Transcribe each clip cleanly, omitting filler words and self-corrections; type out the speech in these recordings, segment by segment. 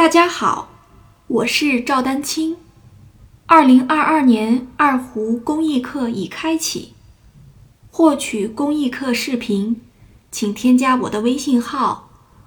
大家好，我是赵丹青。2022年二胡公益课已开启，获取公益课视频，请添加我的微信号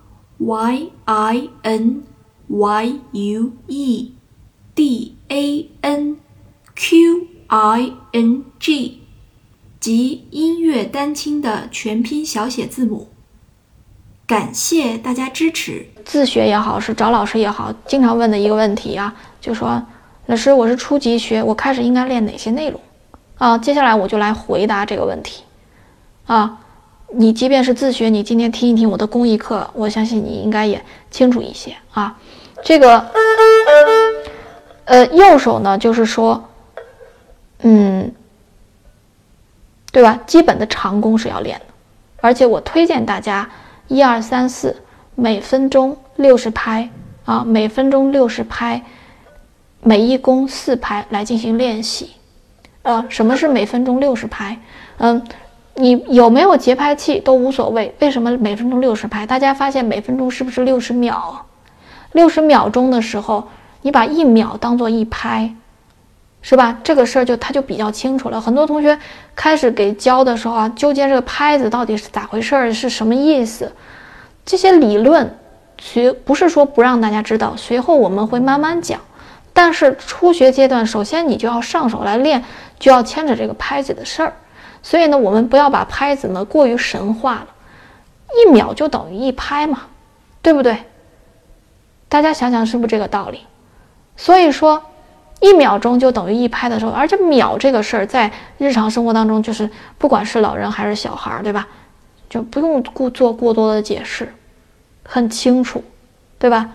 YINYUEDANQING， 即音乐丹青的全拼小写字母。感谢大家支持。 自学也好，是找老师也好，经常问的一个问题啊，就说老师，我是初级学，我开始应该练哪些内容啊？接下来我就来回答这个问题啊。你即便是自学，你今天听一听我的公益课，我相信你应该也清楚一些啊。这个右手呢，就是说对吧？基本的长弓是要练的，而且我推荐大家1、2、3、4，每分钟60拍啊，每分钟60拍，每一弓4拍来进行练习。什么是每分钟60拍？你有没有节拍器都无所谓。为什么每分钟60拍？大家发现每分钟是不是60秒啊？60秒钟的时候，你把1秒当做1拍，是吧？这个事儿它就比较清楚了。很多同学开始给教的时候啊，纠结这个拍子到底是咋回事，是什么意思？这些理论不是说不让大家知道，随后我们会慢慢讲。但是初学阶段，首先你就要上手来练，就要牵着这个拍子的事儿。所以呢，我们不要把拍子呢过于神化了，1秒就等于1拍嘛，对不对？大家想想是不是这个道理？所以说1秒钟就等于1拍的时候，而且秒这个事儿在日常生活当中，就是不管是老人还是小孩，对吧？就不用做过多的解释，很清楚，对吧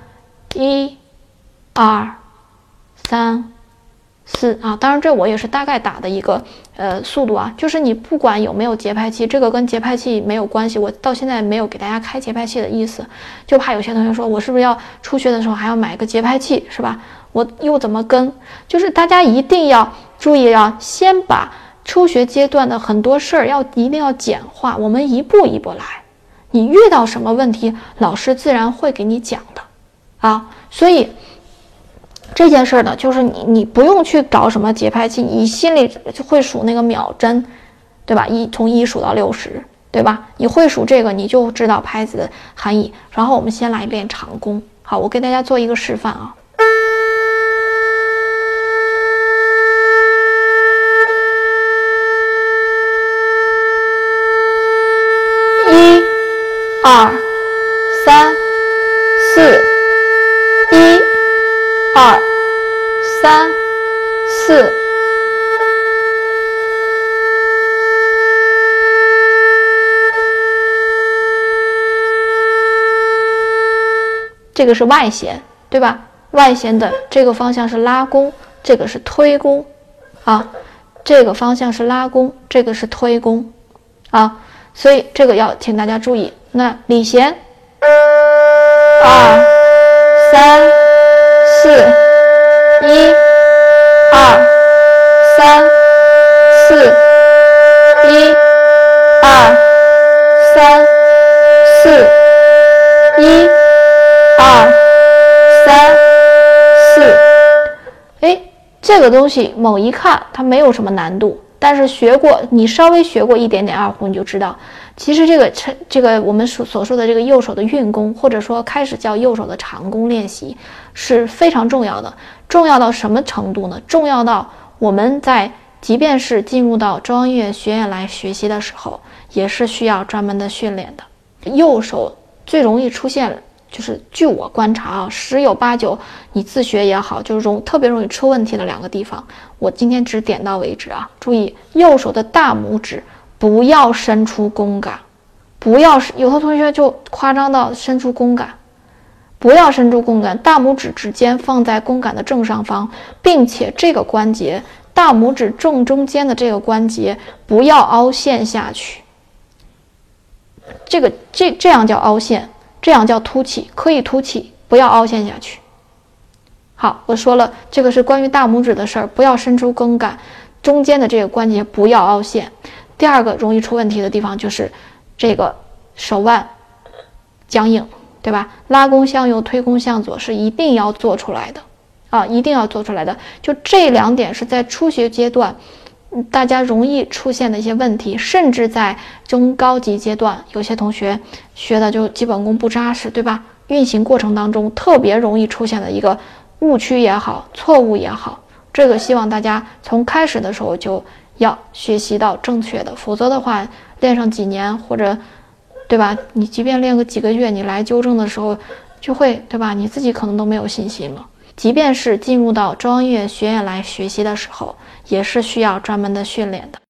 ？1、2、3、4啊，当然这我也是大概打的一个速度啊，就是你不管有没有节拍器，这个跟节拍器没有关系，我到现在没有给大家开节拍器的意思，就怕有些同学说我是不是要初学的时候还要买个节拍器，是吧？我又怎么跟？就是大家一定要注意啊，先把初学阶段的很多事儿一定要简化，我们一步一步来。你遇到什么问题，老师自然会给你讲的啊。所以这件事呢，就是你不用去找什么节拍器，你心里就会数那个秒针，对吧？从1数到60，对吧？你会数这个，你就知道拍子的含义。然后我们先来练长弓。好，我给大家做一个示范啊。1、2、3、4，1、2、3、4，这个是外弦，对吧？外弦的这个方向是拉弓，这个是推弓啊。这个方向是拉弓，这个是推弓啊。所以这个要请大家注意。那里弦2、3、4，1、2、3、4，1、2、3、4，1、2、3、4。这个东西猛一看它没有什么难度，但是你稍微学过一点点二胡，你就知道，其实这个我们所说的这个右手的运弓，或者说开始叫右手的长弓练习，是非常重要的。重要到什么程度呢？重要到我们即便是进入到中央音乐学院来学习的时候，也是需要专门的训练的。右手最容易出现，就是据我观察啊，10有8九，你自学也好，就是特别容易出问题的2个地方，我今天只点到为止啊。注意，右手的大拇指不要伸出弓杆，有的同学就夸张到伸出弓杆，不要伸出弓杆，大拇指指尖放在弓杆的正上方，并且这个关节，大拇指正中间的这个关节不要凹陷下去，这样叫凹陷。这样叫凸起，可以凸起，不要凹陷下去。好，我说了，这个是关于大拇指的事儿，不要伸出弓杆，中间的这个关节不要凹陷。第2个容易出问题的地方就是这个手腕僵硬， 对吧？拉弓向右，推弓向左是一定要做出来的啊，一定要做出来的。就这2点是在初学阶段大家容易出现的一些问题，甚至在中高级阶段，有些同学学的就基本功不扎实，对吧？运行过程当中特别容易出现的一个误区也好，错误也好，这个希望大家从开始的时候就要学习到正确的，否则的话，练上几年或者，对吧？你即便练个几个月，你来纠正的时候，就会，对吧？你自己可能都没有信心了。即便是进入到中央音乐学院来学习的时候，也是需要专门的训练的。